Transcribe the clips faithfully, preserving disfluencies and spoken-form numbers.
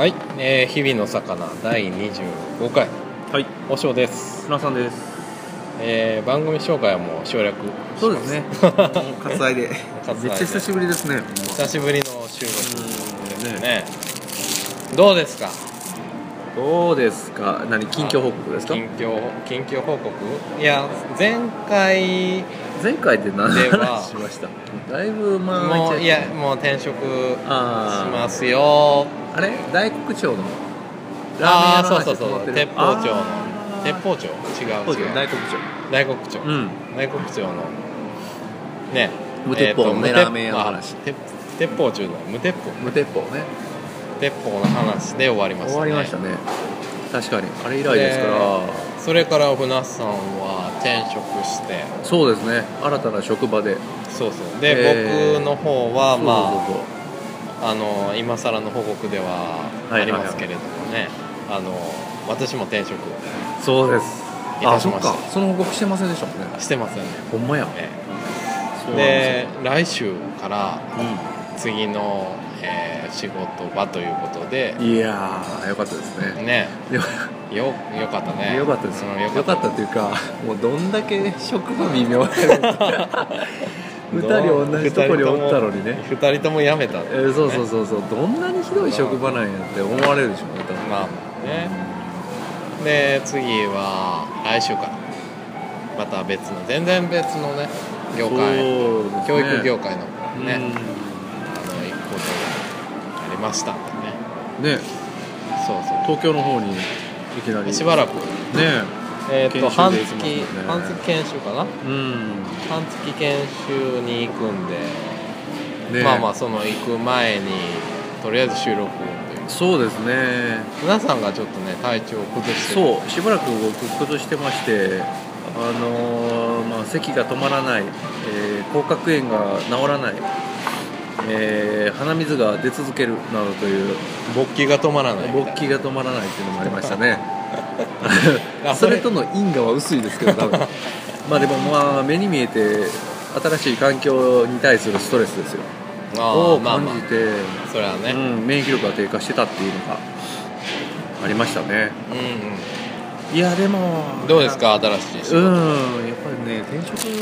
はい、えー、日々の魚だいにじゅうごかい、 はい、 おしょうです。 船さんです。 えー、番組紹介はもう省略します。 そうですね。割愛で。めっちゃ久しぶりですね。 久しぶりの収録ですね。どうですか。 どうですか。何近況報告ですか。 近況近況報告。いや前回前回で何話しました。だいぶまあもういやもう転職しますよ。 あれ大黒町のああそうそうそう鉄砲町の鉄砲町違う違う大黒町大黒町、うん、大黒町のね無鉄砲のねラーメン屋の話、 鉄砲町の無鉄砲無鉄砲ね鉄砲の話で終わりましたね。 終わりましたね。確かにあれ以来ですから。 それから船さんは転職して、 そうですね、新たな職場で。 そうそうで、えー、僕の方はまあそうそうそうあの今更の報告ではありますけれどもね、はいはいはい、あの私も転職そうですいたしました。 あ、そっか、その報告してませんでしたもんね。 してませんね。 ほんまや、 えー、で来週から次の、えー、仕事場ということで、 いやーよかったですね。 ねよ, よかったね。 よかったです、うん、よかったっていうか、もうどんだけ職場微妙ふたり同じとこにおったのにね、 ふたりとも辞めたって、ね、 えー、そうそうそうそう、どんなにひどい職場なんやって思われるでしょうね、多分。 まあまあね、うん、で次は来週からまた別の全然別のね業界、ね、教育業界のね、うん、あの行くことがありましたんでね。ね、そうそう、 東京の方にいきなりしばらくねえー、と半月、ね、半月研修かな、うん、半月研修に行くんで、ね、まあまあその行く前にとりあえず収録という。 そうですね、 皆さんがちょっとね体調を崩してる。 そうしばらく僕崩してまして、あのーまあ、咳が止まらない、えー、口角炎が治らない、えー、鼻水が出続けるなどという勃起が止まらない勃起が止まらないっていうのもありましたねそれとの因果は薄いですけど多分まあでもまあ目に見えて新しい環境に対するストレスですよを感じて、まあまあ、 それはね、 うん、免疫力が低下してたっていうのがありましたね。うんうん、いやでもどうですか新しい仕事。 うんやっぱりね転職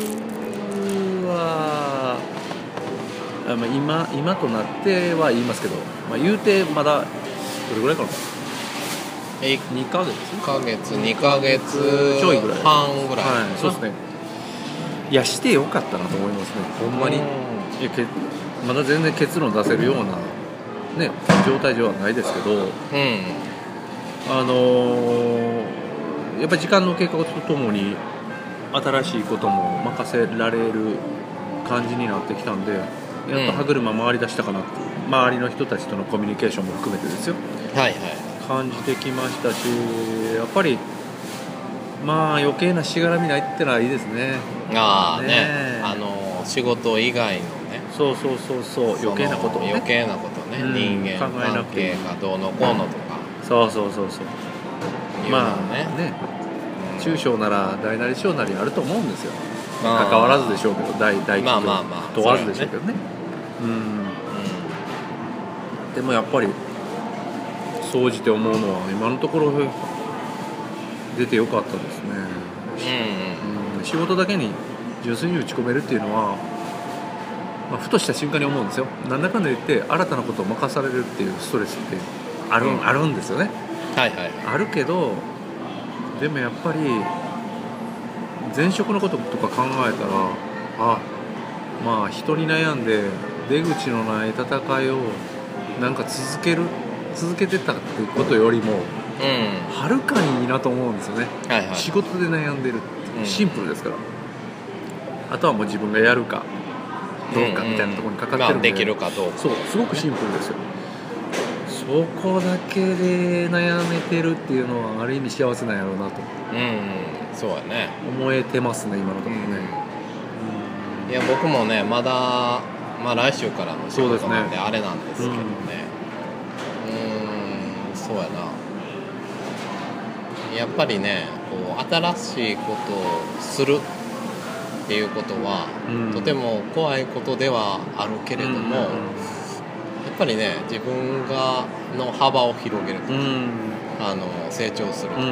は今今となっては言いますけど、まあ、言うてまだどれぐらいかな、にかげつかげつにかげつちょいぐらい半ぐらい、はい、 そうですね。いやしてよかったなと思いますねほんまに。いやけまだ全然結論出せるような、ね、状態ではないですけど、うん、あのー、やっぱり時間の経過とともに新しいことも任せられる感じになってきたんで、やっぱ歯車回り出したかなって、うん、周りの人たちとのコミュニケーションも含めてですよ、はいはい、感じてきましたし、やっぱりまあ余計なしがらみないってのはいいですね。 ああ ね, ねあの仕事以外のね、 そうそうそうそう余計なこと、ね、 余計なことね、うん、人間関係がどうのこうのとか、 そうそうそうそう、ね、まあね、うん、中小なら大なり小なりあると思うんですよ。関わらずでしょうけど、大大企業問わずでしょうけどね。うん、うん、でもやっぱり総じて思うのは今のところ出てよかったですね。うんうん、仕事だけに純粋に打ち込めるっていうのは、まあ、ふとした瞬間に思うんですよ。なんだかんだ言って新たなことを任されるっていうストレスってある、うん、あるんですよね。はいはいはい、あるけどでもやっぱり前職のこととか考えたら、あまあ人に悩んで出口のない戦いをなんか続ける続けてたっていうことよりも、うん、はるかにいいなと思うんですよね、はいはい、仕事で悩んでるってシンプルですから、うん、あとはもう自分がやるかどうかみたいなところにかかってるんで、 うんうんまあ、できるかどうか、 そうすごくシンプルですよ。そこだけで悩めてるっていうのはある意味幸せなんやろうなと、うん、そうやね思えてますね今のところね、 うん、いや僕もねまだ、まあ、来週からの仕事なんであれなんですけどね、うーんそうやな、やっぱりねこう新しいことをするっていうことは、うん、とても怖いことではあるけれども、うんうんうん、やっぱりね自分がの幅を広げると、 うん、 あの成長すると、 うん、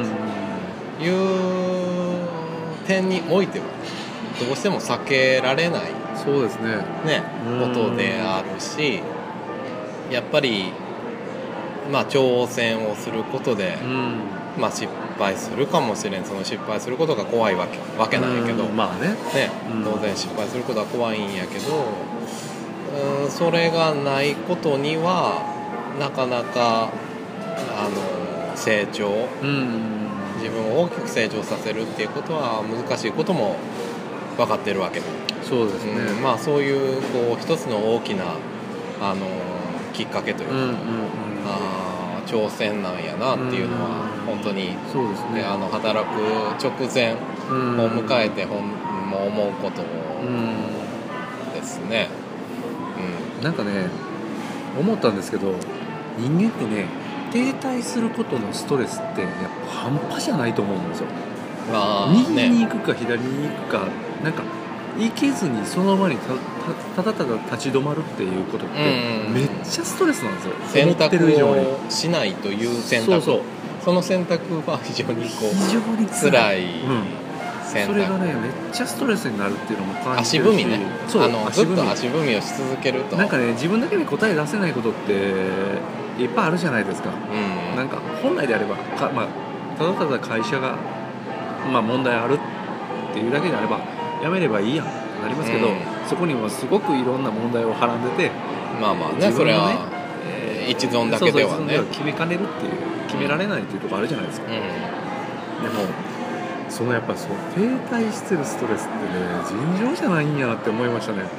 いう点においてはどうしても避けられないそうですね、 ね、ことであるし、やっぱりまあ挑戦をすることで、うんまあ、失敗するかもしれん。その失敗することが怖いわけ、わけなんやけど、 まあね、 ね、当然失敗することは怖いんやけど、うんそれがないことにはなかなかあの成長、うん、自分を大きく成長させるっていうことは難しいことも分かってるわけで、 そうですね、 うんまあ、そういうこう一つの大きなあのきっかけというか、うんうんうん、あ挑戦なんやなっていうのは本当に、 そうですね、 あの働く直前を迎えてほんも思うことですね、 うん、なんかね思ったんですけど、人間ってね停滞することのストレスってやっぱ半端じゃないと思うんですよ。右に行くか左に行くか、なんか行けずにその場に た, た, ただただ立ち止まるっていうことってめっちゃストレスなんですよ。 選択をしないという選択、そうそう、その選択は非常にこう非常に辛い、うん選択、それがねめっちゃストレスになるっていうのも感じてるし、 足踏みね、そうあのずっと足踏みをし続けるとなんかね自分だけで答え出せないことっていっぱいあるじゃないですか、うん、なんか本来であればか、まあ、ただただ会社が、まあ、問題あるっていうだけであればやめればいいやんってなりますけど、うん、そこにはすごくいろんな問題をはらんでて、 まあまあね、それは、えー、一存だけではね、そうそう一存では決めかねるっていう決められないっていうところあるじゃないですか、うん、でもそのやっぱそう停滞してるストレスってね尋常じゃないんやなって思いましたね、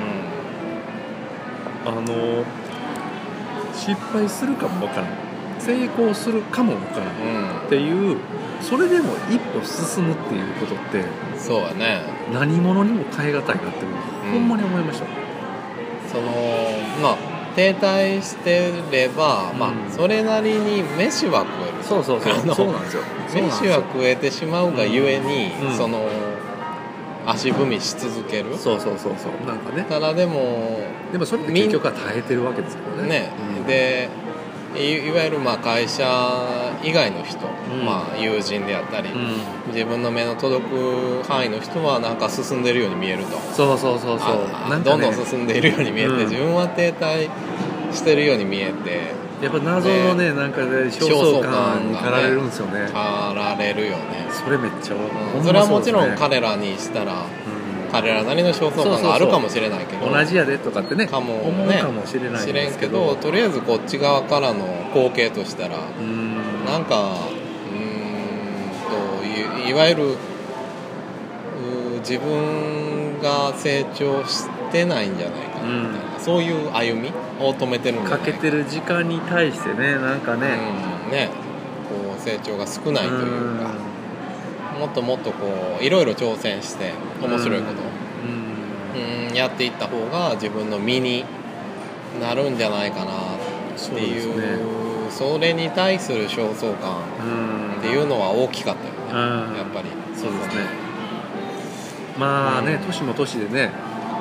うん、あの失敗するかもわからない、成功するかもわからない、うん、っていうそれでも一歩進むっていうことってそうやね何者にも代え難いなって、うん、ほんまに思いました。 そのまあ停滞してれば、うんまあ、それなりに飯は食える。 そうそうそうそうなんですよ。 飯は食えてしまうがゆえに、うん、その足踏みし続ける。 そうそうそうそうなんかね。 ただでもでもそれって結局は耐えてるわけですからね。 ね、うん、でい, いわゆるまあ会社以外の人、うんまあ、友人であったり、うん、自分の目の届く範囲の人はなんか進んでるように見えると。 そうそうそうそうなんか、ね、どんどん進んでいるように見えて、うん、自分は停滞してるように見えてやっぱ謎のねなんかね焦燥感に駆られるんですよね。 駆られるよね。 それめっちゃ、 うん、それはもちろん彼らにしたら、うん、彼らなりの焦燥感があるかもしれないけど、 同じやでとかってねかもね思うかもしれないんですけど、 けどとりあえずこっち側からの光景としたら、うん、なんかうーんと い, いわゆる自分が成長してないんじゃないかなみたいな、うん、そういう歩みを止めてるんじゃないかかけてる時間に対してねなんかね、 うん、ねこう成長が少ないというか、うん、もっともっとこういろいろ挑戦して面白いことを、うんうん、やっていった方が自分の身になるんじゃないかなっていう、 そうですね、それに対する焦燥感っていうのは大きかったよね、うん、やっぱりそうですね。まあね、年、うん、も年でね、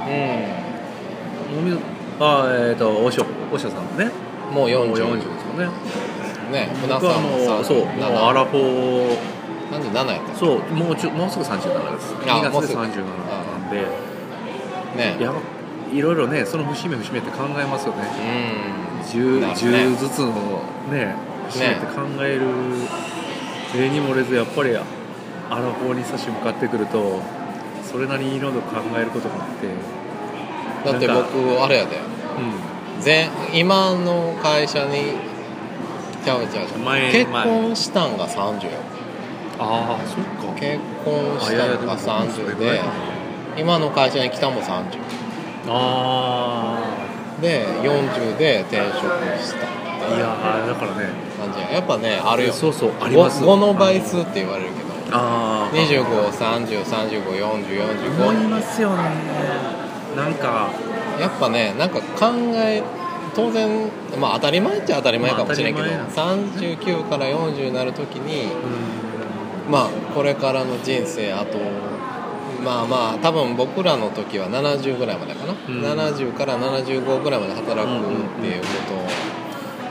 うん、あえっ、ー、とおしょおしょさんね、 もうよんじゅう、 よんじゅうですよね。 ね、 僕はもうそう、もうアラフォーさんじゅうななやったっけ？ そう、もうちょもうすぐさんじゅうななです。にがつでさんじゅうなななんで、ね、いやいろいろね、その節目節目って考えますよね。うん、じゅう、ね、じゅうずつのね節目って考える例に漏れずやっぱりアラフォーに差し向かってくると。それなりにいろいろ考えることがあってだって僕あれやで、うん、前今の会社にちゃうちゃうちゃう結婚したんがさんじゅうよ。 ああそっか結婚したのがさんじゅうで今の会社に来たもさんじゅうああでよんじゅうで転職したいやだからね感じややっぱねあるよ。 そうそうあります。 ごの倍数って言われるけどあにじゅうご、さんじゅう、さんじゅうご、よんじゅう、よんじゅうご思いますよね。なんかやっぱねなんか考え当然まあ当たり前っちゃ当たり前かもしれんけど、まあ、さんじゅうきゅうからよんじゅうになるときにまあこれからの人生あとまあまあ多分僕らの時はななじゅうぐらいまでかな、うん、ななじゅうからななじゅうごぐらいまで働くっていうこと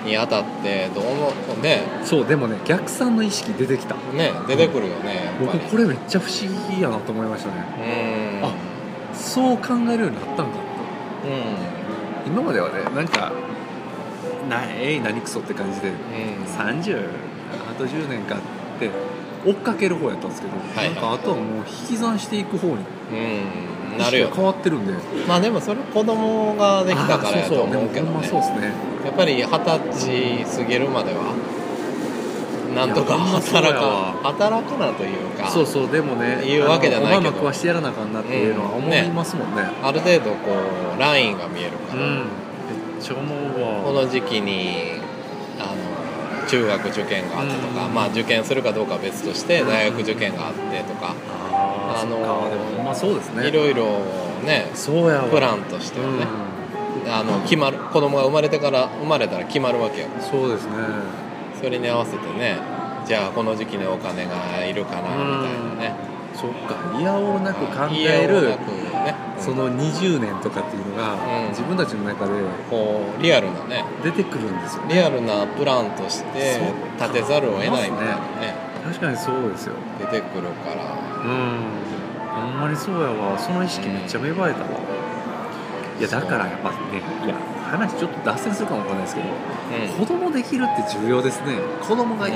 にあたってどうもね、 そうでもね逆算の意識出てきたね、出てくるよね、やっぱり。 僕これめっちゃ不思議やなと思いましたね。 うん、 あ、そう考えるようになったんかと。 うん、 今まではねなんかなえい何クソって感じで、うん、さんじゅうあとじゅうねんかって追っかける方やったんですけど、はいはい、なんかあとはもう引き算していく方に、うん、なるよ、変わってるんで。 まあでもそれ子供ができたからやと思うけどね。 そうですね。 やっぱり二十歳過ぎるまではなんとか働か働かなというか、 そうそう、でもねいうわけじゃないけど、 おまま食わしてやらなあかんなっていうのは思いますもんね。うん、ね、 ある程度こうラインが見えるから、うん、めっちゃ思うわ。この時期にあの中学受験があってとか、うん、まあ受験するかどうかは別として大学受験があってとか、 ああのー、まあそうですね、 いろいろね、そうやわ、プランとしてはね、うん、あの決まる、子供が生まれてから生まれたら決まるわけよ。 そうですね。 それに合わせてね、じゃあこの時期にお金がいるかなみたいなね。 そっか、いやおうなく考える、ね、そのにじゅうねんとかっていうのが、うん、自分たちの中でこうリアルなね出てくるんですよね。 リアルなプランとして立てざるを得ないみたいなね。 確かにそうですよ。 出てくるから。 うん。ほんまにそうやわ。その意識めっちゃ芽生えたわ。うん、いやだからやっぱね、いや話ちょっと脱線するかもわかんないですけど、うん、子供できるって重要ですね。子供がいるって。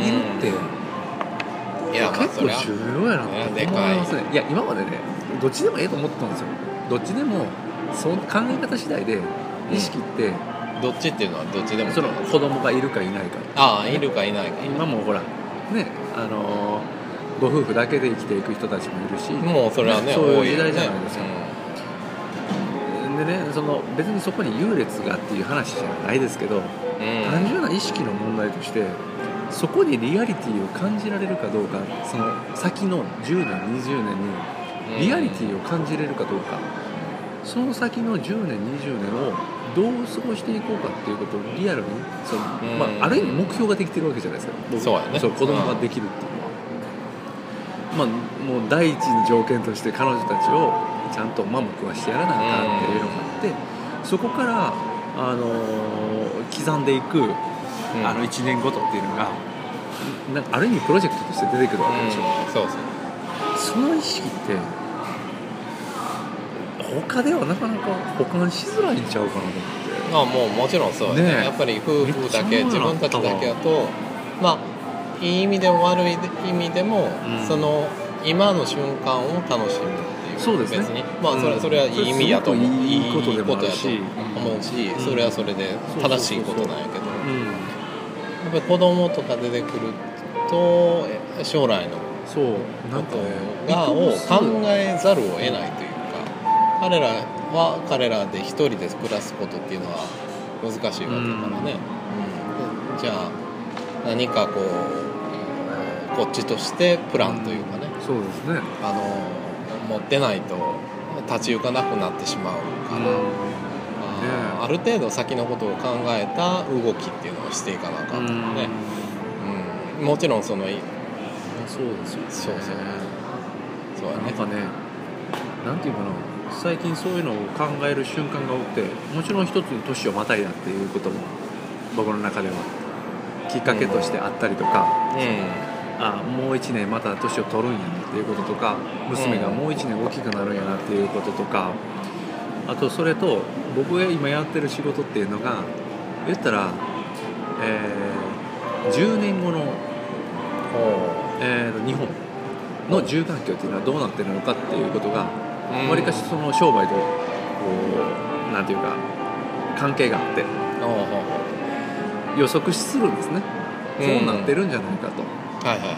うん、いや結構重要やなって思いますね。いや今までねどっちでもええと思ってたんですよ。どっちでもその考え方次第で意識って、うん、 どっちっていうのはどっちでもその子供がいるかいないか、 ああいるかいないか。 今もほらね、あのー、ご夫婦だけで生きていく人たちもいるし、 もうそれはねそういう時代じゃないですか、うん、でね、その別にそこに優劣がっていう話じゃないですけど、うん、単純な意識の問題としてそこにリアリティを感じられるかどうか、その先のじゅうねんにじゅうねんにリアリティを感じれるかどうか、その先のじゅうねんにじゅうねんをどう過ごしていこうかっていうことをリアルにその、まあ、ある意味目標ができてるわけじゃないですか。 そうやね。 そう、子供ができるっていうのは、まあ、もう第一の条件として彼女たちをちゃんとママ食わしてやらなあかんっていうのがあって、そこから、あのー、刻んでいくあのいちねんごとっていうのがなんかある意味プロジェクトとして出てくるわけでしょ、うん、そうそう。その意識って他ではなかなか保管しづらいんちゃうかなと思って。 ああ、もうもちろんそうや ね, ねやっぱり夫婦だけ自分たちだけだと、まあいい意味でも悪い意味でも、うん、その今の瞬間を楽しむっていう。 そうですね。 別にまあそれ、うん、それはいい意味やと思う。 いいことでもあるし、 いいことやと思うし、うん、それはそれで正しいことなんやけど、やっぱり子供とか出てくると将来のことがを考えざるを得ないというか、彼らは彼らで一人で暮らすことっていうのは難しいわけだからね、うんうん、じゃあ何かこうこっちとしてプランというかね、 うん、そうですね、 あの持ってないと立ち行かなくなってしまうから、うん、あ, ある程度先のことを考えた動きっていうのをしていかなあかんとかね、うんうん、もちろんそのそうですよね。 そうそうそうやね。 なんかね、なんていうかな、最近そういうのを考える瞬間が多くて、もちろん一つの年をまたいだっていうことも僕の中ではきっかけとしてあったりとか、うん、あもう一年また年を取るんやなっていうこととか、娘がもう一年大きくなるんやなっていうこととか、あとそれと僕が今やってる仕事っていうのが言ったら、えー、じゅうねんごのえー、日本の住環境っていうのはどうなってるのかっていうことがわりかしその商売とこうなんていうか関係があって予測するんですね。こうなってるんじゃないかと、 はいはい、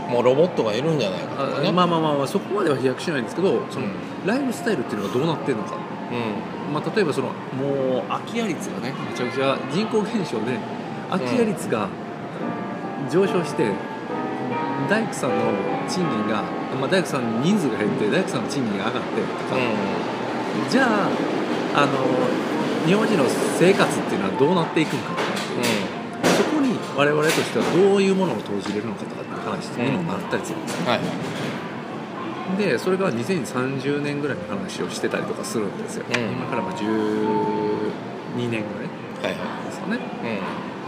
もうロボットがいるんじゃないかとかね。 まあまあまあ、まあ、そこまでは飛躍しないんですけど、その、うん、ライフスタイルっていうのがどうなってるのか、うんまあ、例えばそのもう空き家率がねめちゃくちゃ人口減少で空き家率が、うん上昇して大工さんの賃金が、まあ、大工さんの人数が減って大工さんの賃金が上がってとか、うん、じゃあ、あの日本人の生活っていうのはどうなっていくのかとか、うん、そこに我々としてはどういうものを投じれるのかとかっていう話にもなったりするんですね、うんはい、でそれがにせんさんじゅうねんぐらいの話をしてたりとかするんですよ、うん、今からまあじゅうにねんぐらいですかね、はいはいうん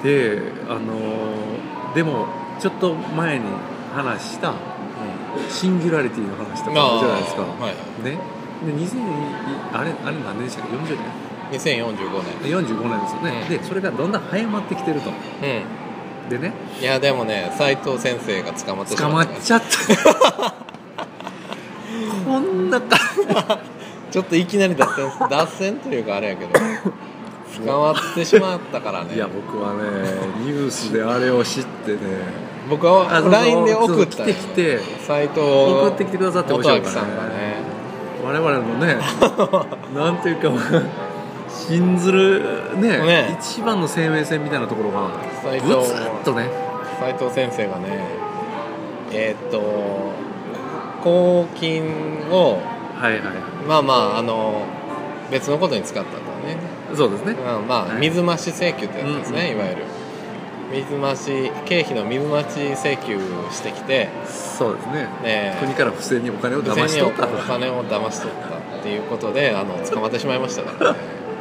であのー、でもちょっと前に話した、うん、シンギュラリティの話とかあるじゃないですか、はい、ねでにせんあれあれ何年でしたっけよんじゅうねんにせんよんじゅうごねんよんじゅうごねんですよね、うん、でそれがどんどん早まってきてると、うん、でねいやでもね斉藤先生が捕まってしまった捕まっちゃったこんなちょっといきなり脱線脱線というかあれやけど捕まってしまったからねいや僕はねニュースであれを知ってね僕は ライン で送った来てきて斉藤送ってきてくださっておっしゃるからねさんがね我々のねなんていうか信ずる ね, ね一番の生命線みたいなところがぐつっとね斉藤先生がねえー、っと公金をはいはいまあまああの別のことに使ったんだねそうですね、 うん、まあ水増し請求ってやつですね、うんうん、いわゆる水増し経費の水増し請求してきてそうです ね, ね国から不正にお金を騙し取ったお金を騙し取ったっていうことであの捕まってしまいましたからね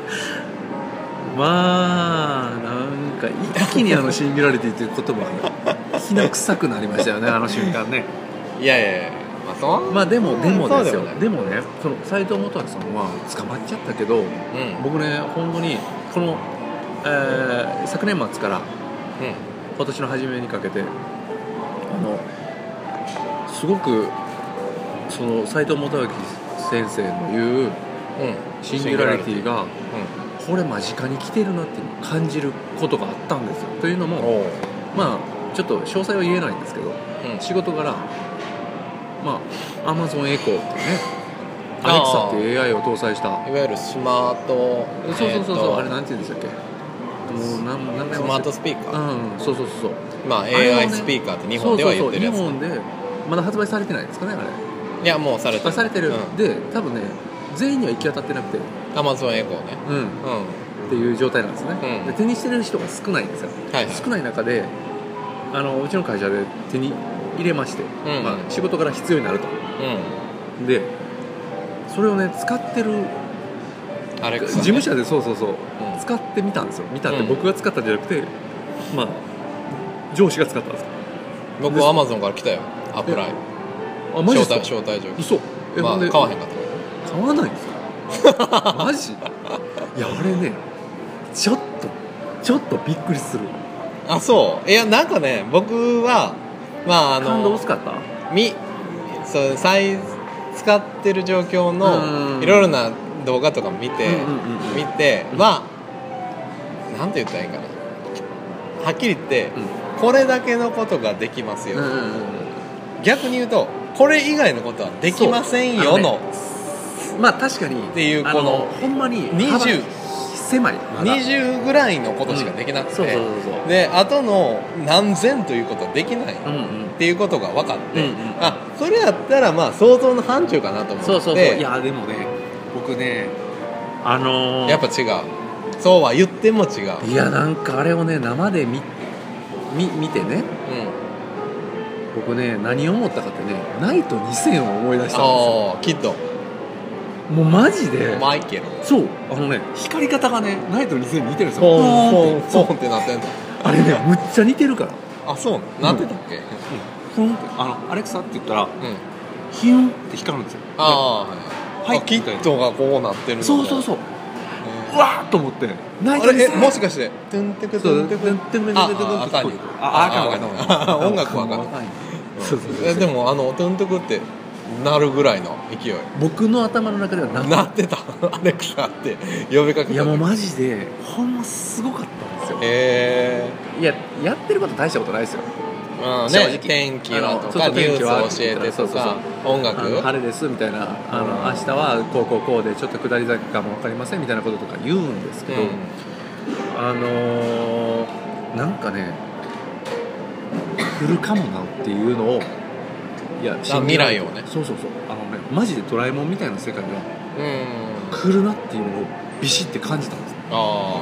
まあなんか一気にあのシンギュラリティという言葉がきな臭くなりましたよねあの瞬間ねいやいやいやまあそうまあでもでもですよでもねその斉藤元明さんは捕まっちゃったけど、うん、僕ね本当にこの、えー、昨年末からうん、今年の初めにかけてあのすごくその斉藤元明先生の言う、うん、シンギュラリティが、うん、これ間近に来てるなっていうのを感じることがあったんですよというのもまあちょっと詳細は言えないんですけど、うん、仕事柄まあ Amazon Echo っていうねアレクサっていう エーアイ を搭載したいわゆるスマートそうそうそうそう、えー、あれなんて言うんでしたっけもう何何スマートスピーカー、 うん、そうそうそうまあ エーアイ スピーカーって日本では言ってるやつそうそうそう日本でまだ発売されてないですかねあれいやもうされてるされてる、うん、で多分ね全員には行き当たってなくて Amazon エコーねうん、うん、っていう状態なんですね、うん、で手にしてる人が少ないんですよ、はいはい、少ない中であのうちの会社で手に入れまして、うんうんまあ、仕事から必要になると、うん、でそれをね使ってるアレクサ、ね、 事務所でそうそうそう、うん、使ってみたんですよ見たって僕が使ったんじゃなくて、うん、まあ上司が使ったんです僕は Amazon から来たよアプライあマジですか招待状嘘え、まあ、買わへんかった買わないんですかマジいやあれねちょっとちょっとびっくりするあそういやなんかね僕はまああの感動薄かったみそう再使ってる状況のいろいろな動画とか見て、うんうんうんうん、見ては、うん、なんて言ったらいいかなはっきり言って、うん、これだけのことができますよ、うんうんうん、逆に言うとこれ以外のことはできませんよの、ね、 まあ確かにっていうこのほんまににじゅう狭いにじゅうぐらいのことしかできなくて、うん、そうそうそうそうであとの何千ということはできない、うんうん、っていうことが分かって、うんうん、あそれやったらまあ想像の範疇かなと思ってそうそうそういやでもね僕ねあのー、 やっぱ違うそうは言っても違ういやなんかあれをね生で 見, 見, 見てね、うん、僕ね何を思ったかってねナイトにせんを思い出したんですよあきっともうマジでマイケルそうあのね光り方がねナイトにせんに似てるんですよポンポンポンってなってんのあれねむっちゃ似てるからあそうなってたっけ、うん、 ふんってあのアレクサって言ったら、うん、ヒュンって光るんですよああはいはいキットがこうなってるのそうそうそううわーっと思ってナイトにせんもしかしてトゥンテクトゥンテクトゥンテクトゥンテクトゥンテクあ赤にあ赤音楽は赤にでもあのトゥンテクってなるぐらいの勢い僕の頭の中ではなってなってたアレクサって呼びかけたいやもうマジでほんますごかったんですよへえいややってること大したことないですようんね、天気はとかニュースを教えてとか音楽晴れですみたいなあの、うん、明日はこうこうこうでちょっと下り坂かも分かりませんみたいなこととか言うんですけど、うん、あのー、なんかね来るかもなっていうのをいや未来をねそうそうそうあのねマジでドラえもんみたいな世界が来るなっていうのをビシッて感じたんですああ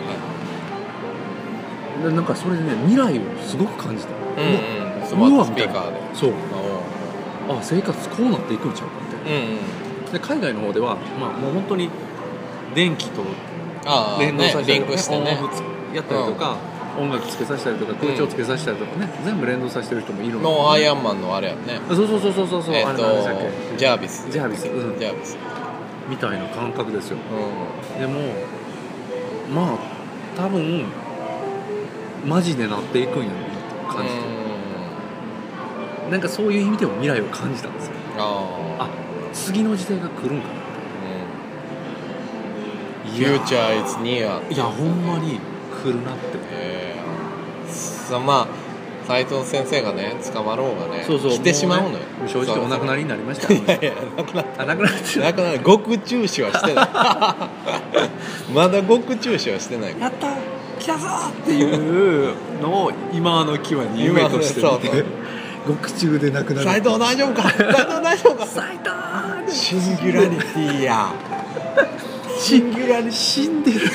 はいでなんかそれでね未来をすごく感じたうんうんスマートスピーカーでそうあ生活こうなっていくんちゃうかみたいな、うんうん、で海外の方では、まあ、もう本当に電気と連動させて、ね、リンクしてねやったりとか、 音楽つけさせたりとか空調つけさせたりとかね、うん、全部連動させてる人もいるの、ね、 のアイアンマンのあれやね。 そうそうそうそうそう、 えー、っとジャービスジャービス、うん、 ジャービスみたいな感覚ですよ、 うん、 でもまあ多分マジでなっていくんやろうなって感じて、うん、なんかそういう意味でも未来を感じたんですよ。ああ次の時代が来るんかな、 うん、Future is near。 いやほんまに来るなって、 えー、さまあ斉藤先生がね捕まろうがね、 そうそう来てしまうのよ、ね、 正直お亡くなりになりましたよ、ね、 いやいや亡くなった亡くなって亡くなった獄中死はしてないまだ獄中死はしてない。 やった来たぞっていうのを今の際に夢として見て獄中で亡くなる。 斉藤大丈夫か斉藤大丈夫か斉藤シンギュラリティやシンギュラリティ死んでる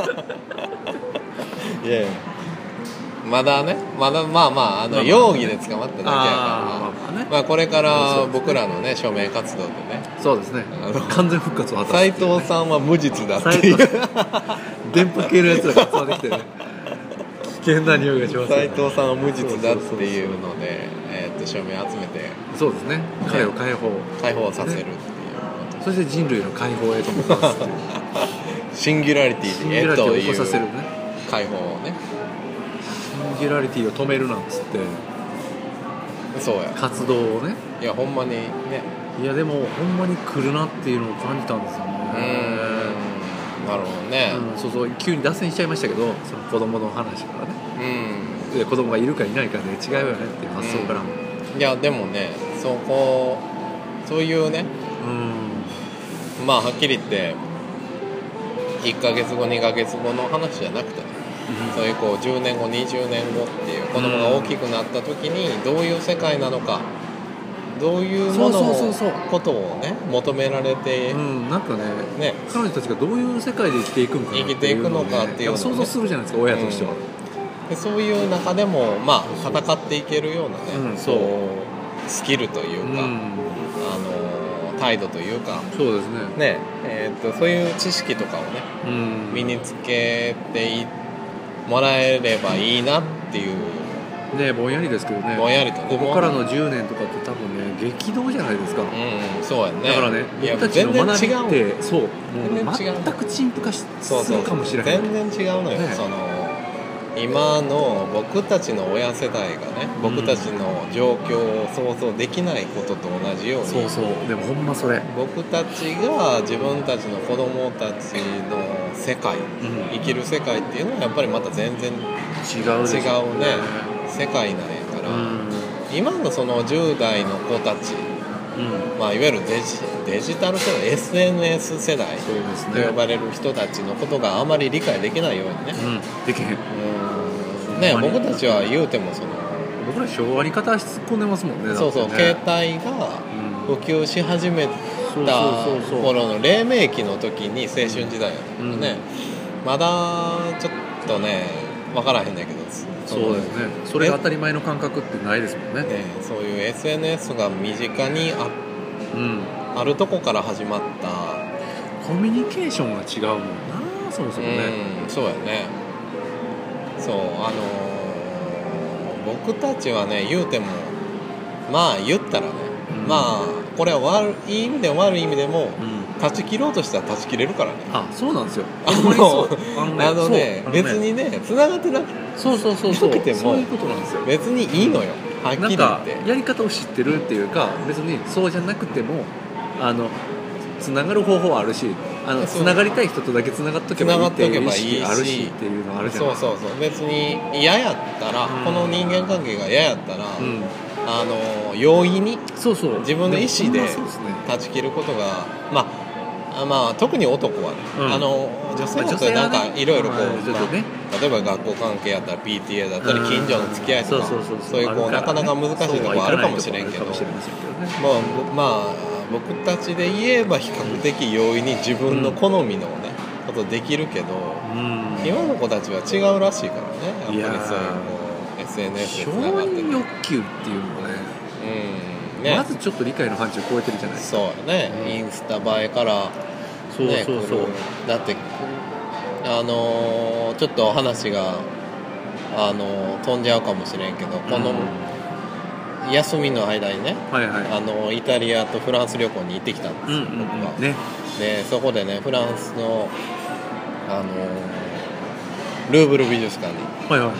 いやいやまだねまだまあまああの容疑で捕まっただけやから、 あ、まあね、 まあこれから僕らのね署名活動でね、 そうですね、完全復活を果たす斉藤さんは無実だっていう電波系のやつらが集まってきてね危険な匂いがします、ね、 斉藤さんは無実だっていうので、えー、と署名集めて、 そうですね、彼を解放解放させるっていう、ね、 そして人類の解放へと向かわすっていうシンギュラリティへというシンギュラリティを起こさせるね、 解放をね、 シンギュラリティを止めるなんつってそうや活動をね、 いやほんまにね、 いやでもほんまに来るなっていうのを感じたんですよね。 うーん、なるほどね、 うん、そうそう急に脱線しちゃいましたけど、その子供の話からね、うん、で子供がいるかいないかで違うよねっていう発想から、 うん、いやでもねそこそういうね、うん、まあはっきり言っていっかげつごにかげつごの話じゃなくてね、うん、そういうこうじゅうねんごにじゅうねんごっていう子供が大きくなった時にどういう世界なのか、どういうものをことをね求められて、うん、 なんか ね, ね彼女たちがどういう世界で生きていくのかなっていうのを、ね、 生きていくのかっていうのを、ね、 想像するじゃないですか親としては、 うん、でそういう中でもまあ戦っていけるようなね、うん、そうスキルというか、うん、あの態度というか、 そうですね、 ねえー、とそういう知識とかをね、うん、身につけてもらえればいいなっていうね、ぼんやりですけどね、 ぼんやりとね、 ここからのじゅうねんとかって多分ね激動じゃないですか、うんうん、そうやね、 だからね僕たちの学びってそうもう全く陳腐化するかもしれない、 全然違うのよ、ね、その今の僕たちの親世代がね僕たちの状況を想像できないことと同じように、 そうそうでもほんまそれ僕たちが自分たちの子供たちの世界、うん、生きる世界っていうのはやっぱりまた全然違う、違うね世界なんやから、うん、今のそのじゅう代の子たち、うんまあ、いわゆるデジ、デジタル世代 エスエヌエス 世代と呼ばれる人たちのことがあまり理解できないようにね、 うん、できへん、 うんね、僕たちは言うてもその僕ら昭和に片足突っ込んでますもんね、 そうそう、携帯が普及し始めた頃の黎明期の時に青春時代やったからね、うん、まだちょっとね分からへんだけど、 そうですね、それが当たり前の感覚ってないですもんね、ねそういう エスエヌエス が身近に あ,、うん、あるとこから始まったコミュニケーションが違うもんな、そもそもね、 うん、そうやね、そうあのー、僕たちはね言うてもまあ言ったらね、うん、まあこれは悪い意味でも悪い意味でも、うん断ち切ろうとしたら断ち切れるからね。 あ、そうなんですよ。 あのあのね、あのね別にね繋がってなくてそうそうそうそうてもそういうことなんですよ。 別にいいのよ。はっきり言って。なんかやり方を知ってるっていうか別にそうじゃなくてもあの繋がる方法はあるし、あの繋がりたい人とだけ繋がっとけばいいっていう意識あるしっていうのはあるじゃないですか。 そうそうそう。別に嫌やったら、うん、この人間関係が嫌やったら。うんあの容易にそうそう自分の意思で断ち切ることが、まあまあ、特に男はね、うん、あの女性だとなんかいろいろこう、まあね、例えば学校関係やったら ピーティーエー だったり近所の付き合いとかそういうこうなかなか難しいところあるかもしれんけどまあまあ僕たちで言えば比較的容易に自分の好みのねことできるけど、うん、今の子たちは違うらしいからねやっぱりそういうこう エスエヌエス でつながってて承認欲求っていうのがね、うんね、まずちょっと理解の範疇を超えてるじゃないですか。 そうね、うん、インスタ映えからそうそうそう、ね、 だってあのー、ちょっと話があの飛んじゃうかもしれんけど、この休みの間にね、はいはい、あのイタリアとフランス旅行に行ってきたんですよ、うんうんうん、僕は、ね、でそこでねフランスの、あのルーブル美術館に行って、はいはい、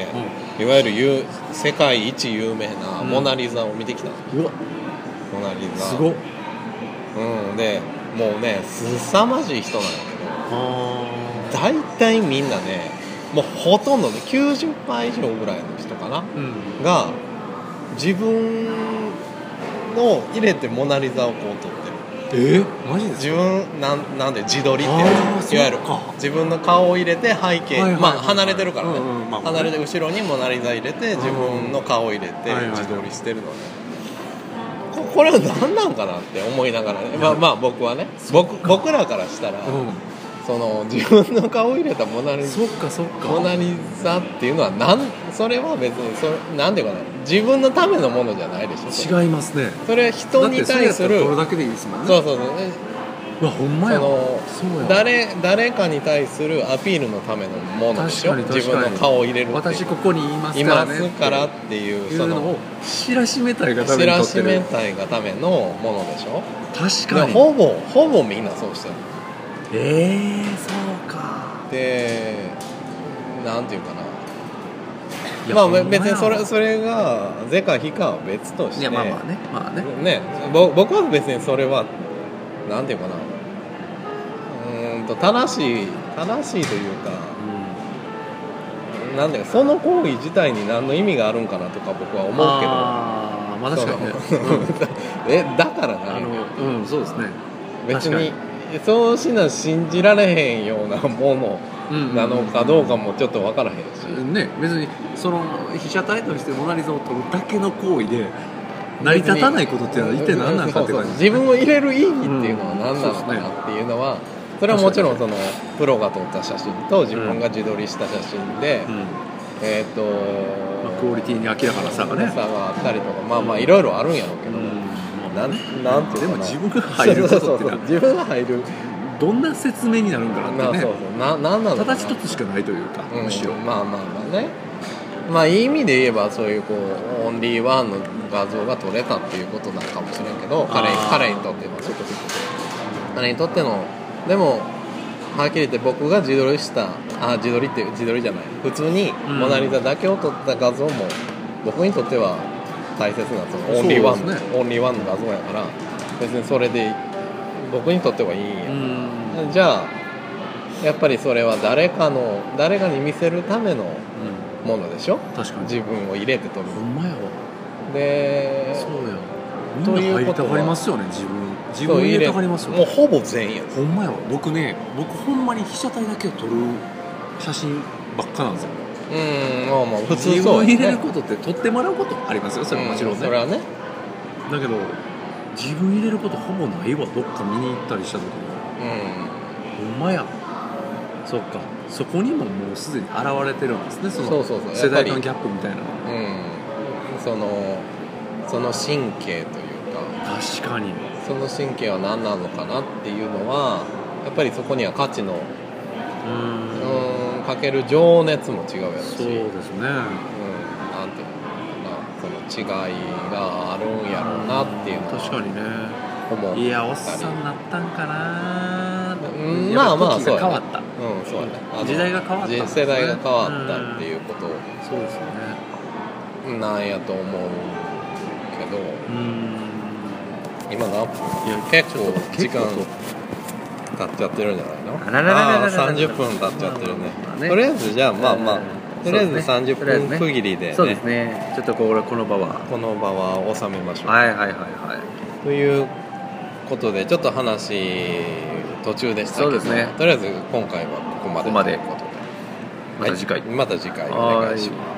うん、いわゆる世界一有名なモナリザを見てきたんですよ、うん、モナリザすごっ、うん、でもうね凄まじい人なんだけど、大体みんなねもうほとんどね きゅうじゅっパーセント 以上ぐらいの人かな、うん、が自分の入れてモナリザをこう撮ってる。 えー、マジですか？ 自分なんなんで自撮りっていういわゆる自分の顔を入れて背景、はいはいはいはい、まあ離れてるからね、うんうんまあ、離れて後ろにモナリザ入れて自分の顔を入れて自撮りしてるのね、はいはいはい、これは何なんかなって思いながらね、まあまあ僕はね 僕, 僕らからしたら、うん、その自分の顔を入れたモナリザ、そっかそっか、モナリザっていうのはなんそれは別にそれなんていうかな、自分のためのものじゃないでしょ。 違いますね。それは人に対するこれだけでいいですもんね。 そうそうそう、 うわほんまや、 そのそうや 誰, 誰かに対するアピールのためのものでしょ。自分の顔を入れるって、 私ここにいますからね、 いますからっていうそのを知らしめたいがために撮ってる、 知らしめたいがためのものでしょ。 確かにほぼほぼみんなそうしてる。 えー、そうか。 でなんていうかな、まあ別にそれそれが是か非かは別として、いやまあまあねまあねね、僕は別にそれはなんていうかな、うーんと正しい正しいというか、うん、なんていうかその行為自体に何の意味があるんかなとか僕は思うけど、 あまあ確かにね、 うん、えだから何、 あのうんそうですね、 別にそうしな信じられへんようなものなのかどうかもちょっと分からへんし、 うんうん、ね、別にその被写体としてモナリザを撮るだけの行為で成り立たないことっていうのは一体何なのかって感じ、 自分を入れる意義っていうのは何なのかなっていうのは、それはもちろんそのプロが撮った写真と自分が自撮りした写真で、うん、えっと、 まあ、クオリティに明らかな差がね差があったりとか、まあまあいろいろあるんやろうけど、うん、なんなんていうのかな、 でも自分が入ることってのは自分が入るどんな説明になるんかなってね、まあ、そうそうななんなのかな、ただ一つしかないというか、うん、むしろまあまあまあね、まあいい意味で言えばそういうこうオンリーワンの画像が撮れたっていうことなのかもしれんけど、彼彼にとっては彼にとってのでもはっきり言って僕が自撮りしたあ自撮りって自撮りじゃない普通にモナリザだけを撮った画像も僕にとっては大切なそのオンリーワン、ね、オンリーワンの画像やから別にそれで僕にとってはいいんや、うん、じゃあやっぱりそれは誰かの誰かに見せるためのものでしょ、うん、確かに自分を入れて撮る。 ほんまやわ。 でそうや、みんな入りたがりますよね、自分自分入れたがりますよね。 もうほぼ全員や。 ほんまやわ。僕ね僕ほんまに被写体だけを撮る写真ばっかなんですよ。 うん、まあまあ普通そう、ね、 自分を入れることって撮ってもらうことありますよ、それはもちろんね、うん、それはね。だけど自分入れることほぼないわ。どっか見に行ったりした時に、うん、ほんまや。そっか、そこにももうすでに現れてるんですね、そのそうそうそう、 世代間ギャップみたいなのが、 うん、そのその神経というか、 確かにその神経は何なのかなっていうのはやっぱりそこには価値のうーんかける情熱も違うやろし、 そうですね、うん、なんていうのかな、その違いがあるんやろうなっていうのは確かにね思う。 いやおっさんになったんかな、 うん、まあまあそうや、ね、 変わった、 うん、そうやね、 時代が変わった、ね、 世代が変わったっていうこと、 そうですよね、 なんやと思うけど、うん今何分？いや結構時間経っちゃってるんじゃないの？ああさんじゅっぷん経っちゃってるね、まあね、とりあえずじゃあまあまあ、とりあえずさんじゅっぷん区切りで、ね、 そうですね、ちょっとこれこの場はこの場は収めましょう。 はいはいはいはい。 ということでちょっと話途中でしたけど、そうですね、とりあえず今回はここまでということで、 また次回、 はい、また次回お願いします。